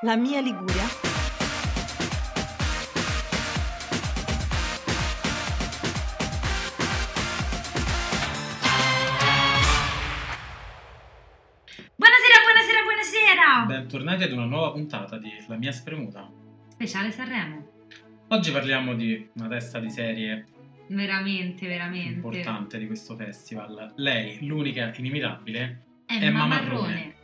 La mia Liguria. Buonasera! Bentornati ad una nuova puntata di La mia spremuta. Speciale Sanremo. Oggi parliamo di una testa di serie Veramente importante di questo festival. Lei, l'unica inimitabile, Emma Marrone.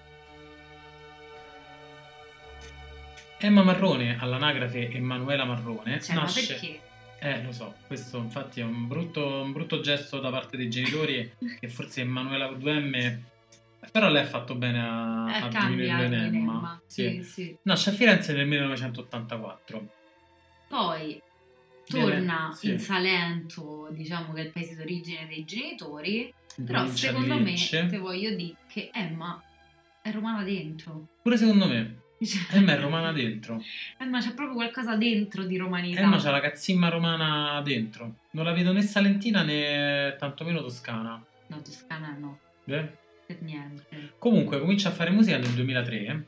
Emma Marrone, all'anagrafe Emanuela Marrone, Cioè, nasce... ma perché? Lo so, questo infatti è un brutto gesto da parte dei genitori che forse Emanuela con 2M... Però lei ha fatto bene a diminuirlo in Emma. Sì. Nasce a Firenze nel 1984. Poi torna in Salento, diciamo che è il paese d'origine dei genitori. Però secondo me, te voglio dire che Emma è romana dentro. Pure secondo me. Emma è romana dentro. Emma c'è proprio qualcosa dentro di romanità. Emma c'ha la cazzimma romana dentro. Non la vedo né salentina né tantomeno toscana. No, toscana no. Per niente. Comunque comincia a fare musica nel 2003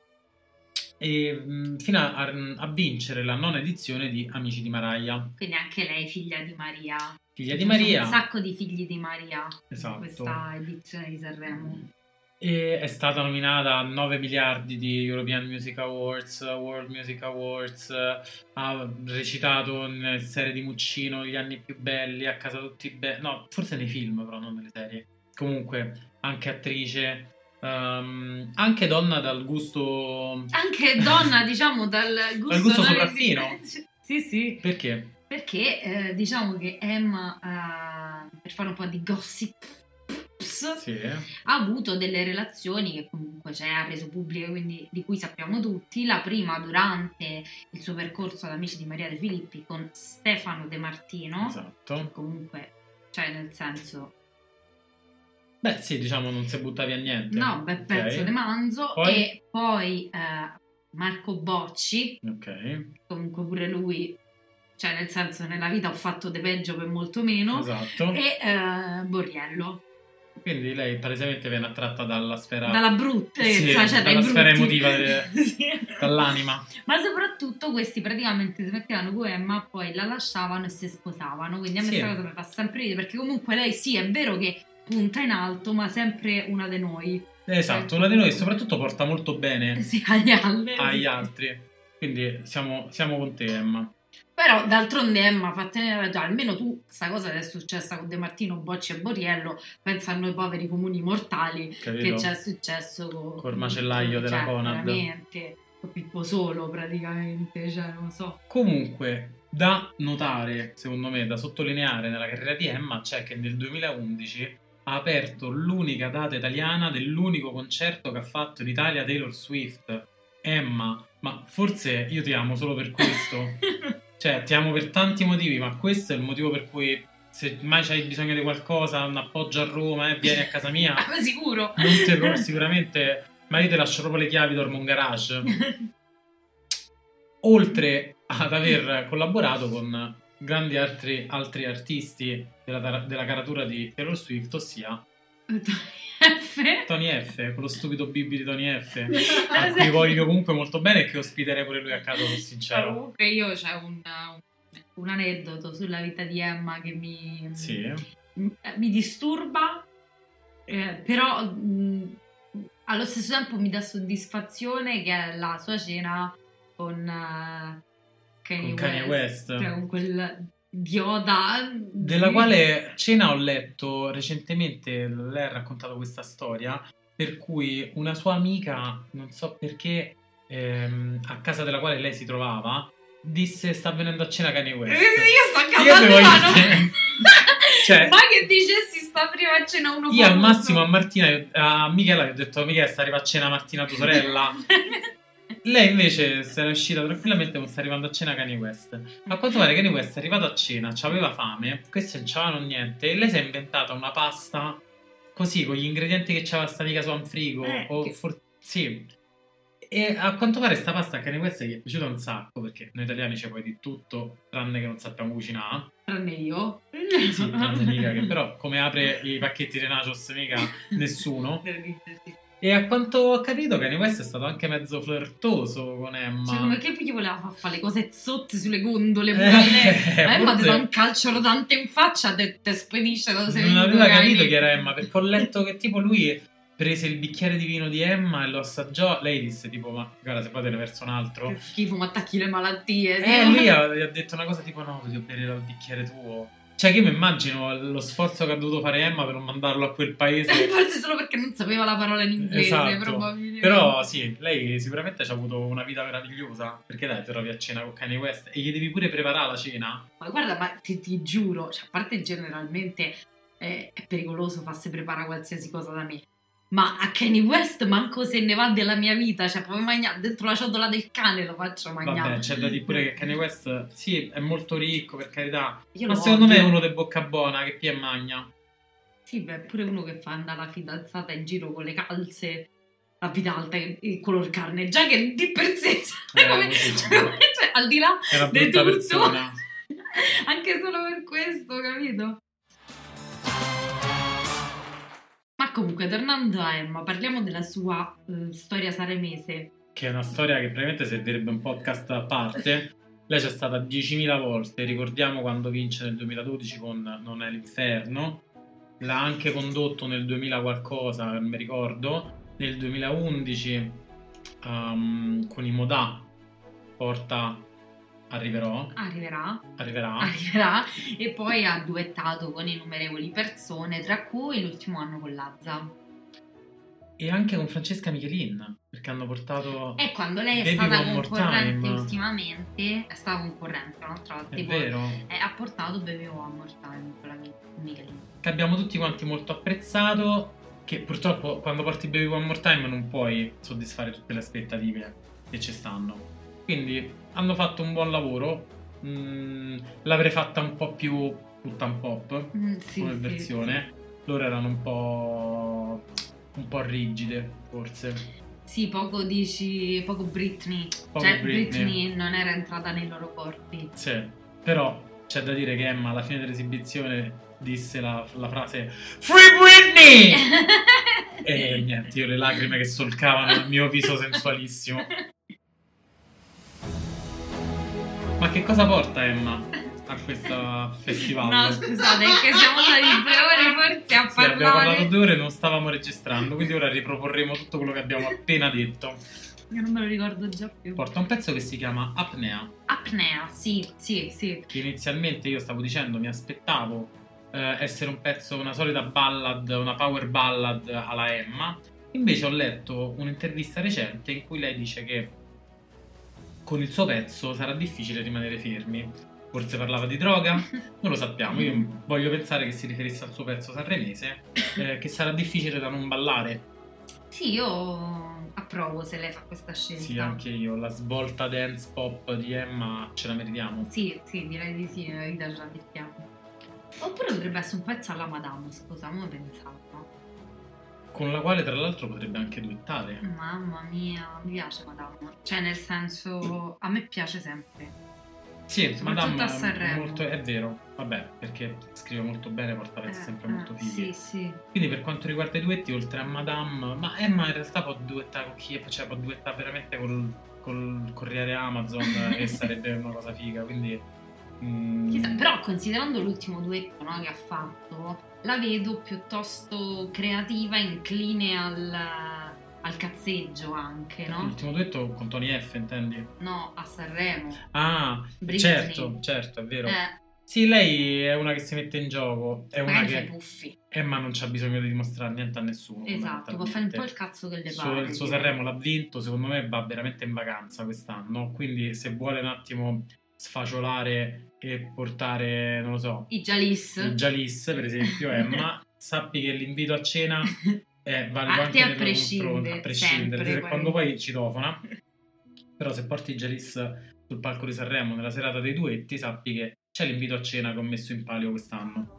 e fino a vincere la 9ª edizione di Amici di Mariah. Quindi anche lei figlia di Maria. Figlia di Maria. Un sacco di figli di Maria. Esatto. In questa edizione di Sanremo. E è stata nominata a 9 miliardi di European Music Awards, World Music Awards, ha recitato nelle serie di Muccino, Gli anni più belli, A casa tutti belli, no, forse nei film però, non nelle serie. Comunque, anche attrice, anche donna dal gusto... Anche donna, diciamo, dal gusto sopraffino. Sì. Perché? Perché diciamo che Emma, per fare un po' di gossip, ha avuto delle relazioni che comunque ha reso pubbliche, quindi di cui sappiamo tutti. La prima durante il suo percorso ad Amici di Maria De Filippi con Stefano De Martino. Esatto. Che comunque, cioè nel senso... Beh sì, diciamo non si butta via niente. No, bel pezzo di manzo. E poi Marco Bocci. Ok. Comunque pure lui... Cioè nel senso nella vita ho fatto de peggio per molto meno. Esatto. E Borriello. Quindi lei palesemente viene attratta dalla sfera... Dalla bruttezza, cioè dalla sfera emotiva, sì. Dall'anima. Ma soprattutto questi praticamente si mettevano con Emma, poi la lasciavano e si sposavano. Quindi a me questa cosa mi fa sempre ridere, perché comunque lei sì, è vero che punta in alto, ma sempre una di noi. Esatto, una di noi, soprattutto porta molto bene agli altri. Quindi siamo con te, Emma. Però d'altronde Emma fa tenere ragione, almeno tu sta cosa che è successa con De Martino, Bocci e Borriello, pensa a noi poveri comuni mortali. Capito? Che c'è successo con il macellaio della Conad, veramente con Pippo Solo praticamente, cioè non so. Comunque da notare, secondo me, da sottolineare nella carriera di Emma c'è che nel 2011 ha aperto l'unica data italiana dell'unico concerto che ha fatto in Italia Taylor Swift. Emma, ma forse io ti amo solo per questo. Cioè, ti amo per tanti motivi, ma questo è il motivo per cui se mai c'hai bisogno di qualcosa, un appoggio a Roma, vieni a casa mia. Ma sicuro. Sicuramente, ma io te lascio proprio le chiavi, dormo in garage. Oltre ad aver collaborato con grandi altri artisti della caratura di Taylor Swift, ossia Tony F, quello stupido Bibi di Tony F, a cui voglio comunque molto bene e che ospiterei pure lui a casa, sono sincero. Comunque io c'è un aneddoto sulla vita di Emma che mi disturba, però allo stesso tempo mi dà soddisfazione, che è la sua cena con Kanye West. Cioè con quel idiota della quale cena ho letto recentemente. Lei ha raccontato questa storia per cui una sua amica, non so perché, a casa della quale lei si trovava, disse: sta venendo a cena Kanye West. Io sto a casa di cioè, ma che dicessi sta prima a cena uno io al massimo a Martina, a Michela gli ho detto: Michela, sta arrivando a cena Martina tua sorella. Lei invece se n'è uscita tranquillamente, non sta arrivando a cena Kanye West. A quanto pare Kanye West è arrivato a cena, aveva fame, questi non c'avevano niente e lei si è inventata una pasta così con gli ingredienti che c'aveva sta amica sua in frigo. Sì. E a quanto pare sta pasta a Kanye West gli è piaciuta un sacco, perché noi italiani ci puoi di tutto tranne che non sappiamo cucinare. Tranne io. Sì, tranne mica, che però come apre i pacchetti di nachos mica nessuno. E a quanto ho capito Kanye West è stato anche mezzo flirtoso con Emma. Cioè, come che gli voleva fare le cose zotte sulle gondole? Emma ti dà un calcio rotante in faccia, te spedisce cose. Non aveva capito chi era Emma, perché ho letto che tipo lui prese il bicchiere di vino di Emma e lo assaggiò. Lei disse tipo, ma guarda, se poi te ne verso un altro. Che schifo, ma attacchi le malattie. Lui gli ha detto una cosa tipo, no, voglio bere dal bicchiere tuo. Cioè che io mi immagino lo sforzo che ha dovuto fare Emma per non mandarlo a quel paese. Forse solo perché non sapeva la parola in inglese, esatto. probabilmente. Però sì, lei sicuramente ci ha avuto una vita meravigliosa. Perché dai, ti trovi a cena con Kanye West e gli devi pure preparare la cena. Ma guarda, ma ti giuro, cioè, a parte generalmente è pericoloso farsi preparare qualsiasi cosa da me. Ma a Kanye West manco se ne va della mia vita, cioè proprio mangiare dentro la ciotola del cane lo faccio mangiare. Vabbè, c'è da dire pure che Kanye West sì, è molto ricco, per carità, ma secondo me è uno di bocca buona che pia e magna. Sì, beh, pure uno che fa andare la fidanzata in giro con le calze a vita alta e color carne, già che di per sé cioè, al di là di tutto persona. Anche solo per questo, capito? Ma comunque, tornando a Emma, parliamo della sua storia sanremese. Che è una storia che praticamente servirebbe un podcast a parte. Lei c'è stata 10.000 volte, ricordiamo quando vince nel 2012 con Non è l'inferno, l'ha anche condotto nel 2000 qualcosa, non mi ricordo, nel 2011 con i Modà porta Arriverà e poi ha duettato con innumerevoli persone, tra cui l'ultimo anno con Lazza e anche con Francesca Michelin, perché hanno portato quando lei è stata concorrente ultimamente, è stata concorrente un'altra volta, è vero, ha portato Baby One More Time con la Michelin, che abbiamo tutti quanti molto apprezzato, che purtroppo quando porti Baby One More Time non puoi soddisfare tutte le aspettative che ci stanno. Quindi hanno fatto un buon lavoro. L'avrei fatta un po' più puttan pop come versione. Loro erano un po' rigide, forse. Sì, poco Britney. Britney non era entrata nei loro corpi. Sì, però c'è da dire che Emma alla fine dell'esibizione disse la frase Free Britney! E niente, io le lacrime che solcavano il mio viso sensualissimo. Ma che cosa porta Emma a questo festival? No, scusate, che siamo stati 2 ore forse a parlare. Abbiamo parlato 2 ore e non stavamo registrando, quindi ora riproporremo tutto quello che abbiamo appena detto. Io non me lo ricordo già più. Porta un pezzo che si chiama Apnea. Apnea, sì. Che inizialmente io stavo dicendo, mi aspettavo essere un pezzo, una solita ballad, una power ballad alla Emma. Invece ho letto un'intervista recente in cui lei dice che con il suo pezzo sarà difficile rimanere fermi. Forse parlava di droga, non lo sappiamo. Io voglio pensare che si riferisse al suo pezzo sanremese, che sarà difficile da non ballare. Sì, io approvo se lei fa questa scelta. Sì, anche io. La svolta dance pop di Emma ce la meritiamo. Sì, direi di sì, nella vita ce la meritiamo. Oppure potrebbe essere un pezzo alla Madame, scusa, come pensavo. Con la quale tra l'altro potrebbe anche duettare. Mamma mia, mi piace Madame. Cioè nel senso, a me piace sempre. Sì, Madame a Sanremo. è vero, vabbè, perché scrive molto bene, porta pezzi sempre molto fighi. Sì. Quindi per quanto riguarda i duetti, oltre a Madame, ma Emma in realtà può duettare con chi? Cioè può duettare veramente col corriere Amazon e sarebbe una cosa figa, quindi... Chissà, però considerando l'ultimo duetto, no, che ha fatto, la vedo piuttosto creativa, incline al cazzeggio anche, no? L'ultimo duetto con Tony F, intendi? No, a Sanremo. Ah, Britney. certo, è vero. Sì, lei è una che si mette in gioco, è una che... Puffi. Emma non c'ha bisogno di dimostrare niente a nessuno. Esatto, può fare un po' il cazzo che le pare. Il suo Sanremo l'ha vinto, secondo me va veramente in vacanza quest'anno, quindi se vuole un attimo sfaciolare e portare, non lo so, i Jalis per esempio, Emma, sappi che l'invito a cena vale anche a prescindere, sempre, quando poi citofona. Però se porti i Jalis sul palco di Sanremo nella serata dei duetti, sappi che c'è l'invito a cena che ho messo in palio quest'anno.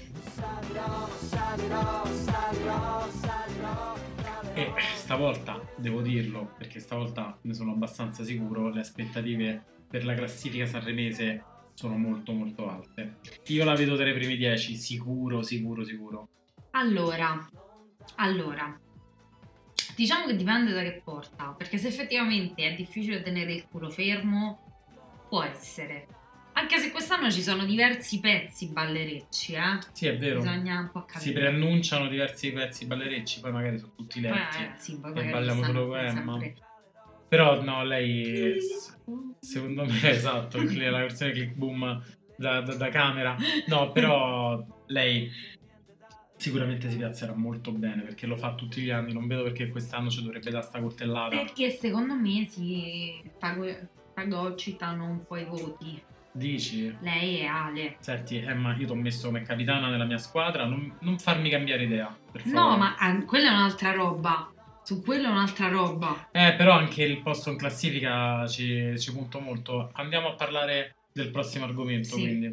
E stavolta, devo dirlo, perché stavolta ne sono abbastanza sicuro, le aspettative per la classifica sanremese sono molto molto alte. Io la vedo tra i primi 10, sicuro. Allora, Diciamo che dipende da che porta, perché se effettivamente è difficile tenere il culo fermo, può essere. Anche se quest'anno ci sono diversi pezzi ballerecci, Sì, è vero. Bisogna un po' capire. Si preannunciano diversi pezzi ballerecci, poi magari sono tutti letti. Sì, poi e balliamo solo con Emma. Però no, lei secondo me esatto, la versione click boom da camera. No, però lei sicuramente si piazzerà molto bene perché lo fa tutti gli anni. Non vedo perché quest'anno ci dovrebbe dare sta coltellata. Perché secondo me si fagocitano un po' i voti. Dici? Lei è Ale. Senti, Emma, io ti ho messo come capitana nella mia squadra, non farmi cambiare idea, per favore. No, ma quella è un'altra roba. Su quello è un'altra roba. Però anche il posto in classifica ci punto molto. Andiamo a parlare del prossimo argomento, quindi.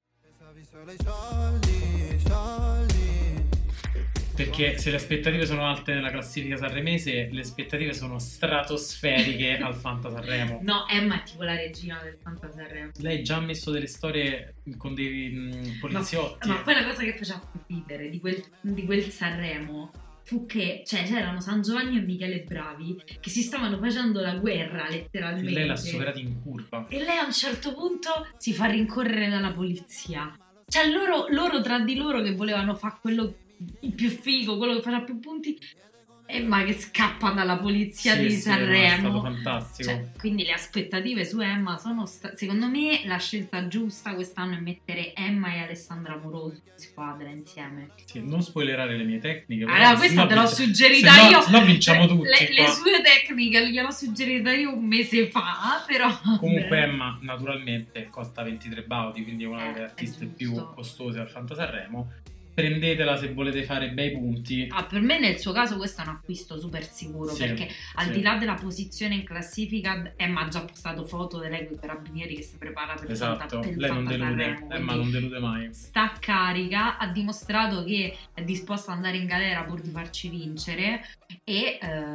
Perché se le aspettative sono alte nella classifica sanremese, le aspettative sono stratosferiche al Fanta Sanremo. No, Emma è tipo la regina del Fanta Sanremo. Lei già ha messo delle storie con dei poliziotti. Ma poi la cosa che faceva più ridere di quel Sanremo fu che c'erano San Giovanni e Michele Bravi che si stavano facendo la guerra letteralmente. E lei l'ha superata in curva. E lei a un certo punto si fa rincorrere dalla polizia. Cioè loro tra di loro che volevano fare quello il più figo, quello che farà più punti, Emma che scappa dalla polizia di Sanremo. È stato fantastico. Cioè, quindi le aspettative su Emma sono secondo me la scelta giusta quest'anno è mettere Emma e Alessandra Amoroso in squadra insieme. Sì, non spoilerare le mie tecniche. Allora, questa te l'ho suggerita io. Se no vinciamo tutti. Le sue tecniche gliel'ho suggerita io un mese fa, però. Comunque Emma naturalmente costa 23 baudi, quindi è una delle artiste più costose al Fanta Sanremo. Prendetela se volete fare bei punti. Per me nel suo caso questo è un acquisto super sicuro, perché al di là della posizione in classifica Emma ha già postato foto di lei con i carabinieri che si prepara per il lei non delude. Sanremo, Emma non delude mai. Sta carica, ha dimostrato che è disposta ad andare in galera pur di farci vincere e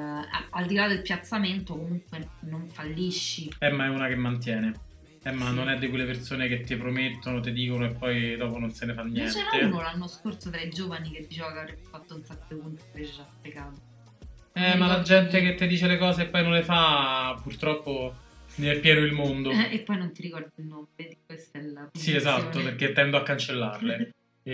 al di là del piazzamento comunque non fallisci. Emma è una che mantiene. Emma non è di quelle persone che ti promettono, ti dicono e poi dopo non se ne fa niente. C'era uno l'anno scorso tra i giovani che diceva che avrebbe fatto un sacco di punti, invece ci ha fregato. Ma la gente che ti dice le cose e poi non le fa, purtroppo ne è pieno il mondo. E poi non ti ricordi il nome, vedi, questa è la posizione. Sì, esatto, perché tendo a cancellarle.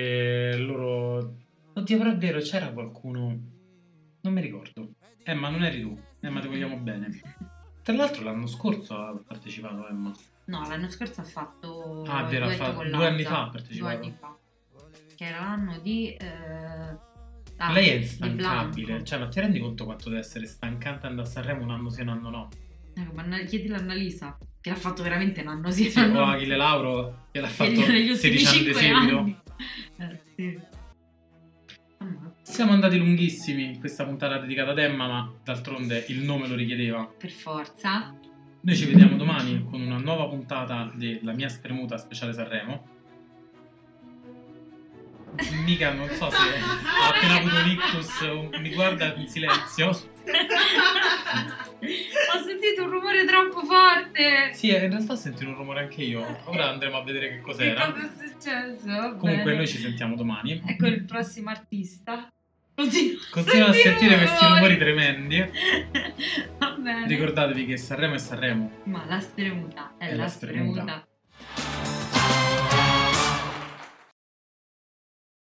E loro... Oddio, però è vero, c'era qualcuno... Non mi ricordo. Emma, non eri tu. Emma, ti vogliamo bene. Tra l'altro l'anno scorso ha partecipato Emma. No, l'anno scorso ha fatto... Ah, vero, ha fatto 2 anni fa ha partecipato. 2 anni fa. Che era l'anno di... lei è instancabile. Cioè, ma ti rendi conto quanto deve essere stancante andare a Sanremo un anno sì, un anno no? Chiedilo a Annalisa, che l'ha fatto veramente un anno sì, un anno no. O Achille Lauro, che l'ha fatto 16 anni di seguito. Sì. Siamo andati lunghissimi in questa puntata dedicata ad Emma, ma d'altronde il nome lo richiedeva. Per forza. Noi ci vediamo domani con una nuova puntata della mia spremuta speciale Sanremo. Mica non so se ha appena avuto un ictus o mi guarda in silenzio. Ho sentito un rumore troppo forte. Sì, in realtà ho sentito un rumore anche io. Ora andremo a vedere che cos'era. Che cosa è successo? Comunque noi ci sentiamo domani. Ecco il prossimo artista. Continua a sentire questi rumori tremendi. Va bene. Ricordatevi che Sanremo è Sanremo. Ma la spremuta è la spremuta.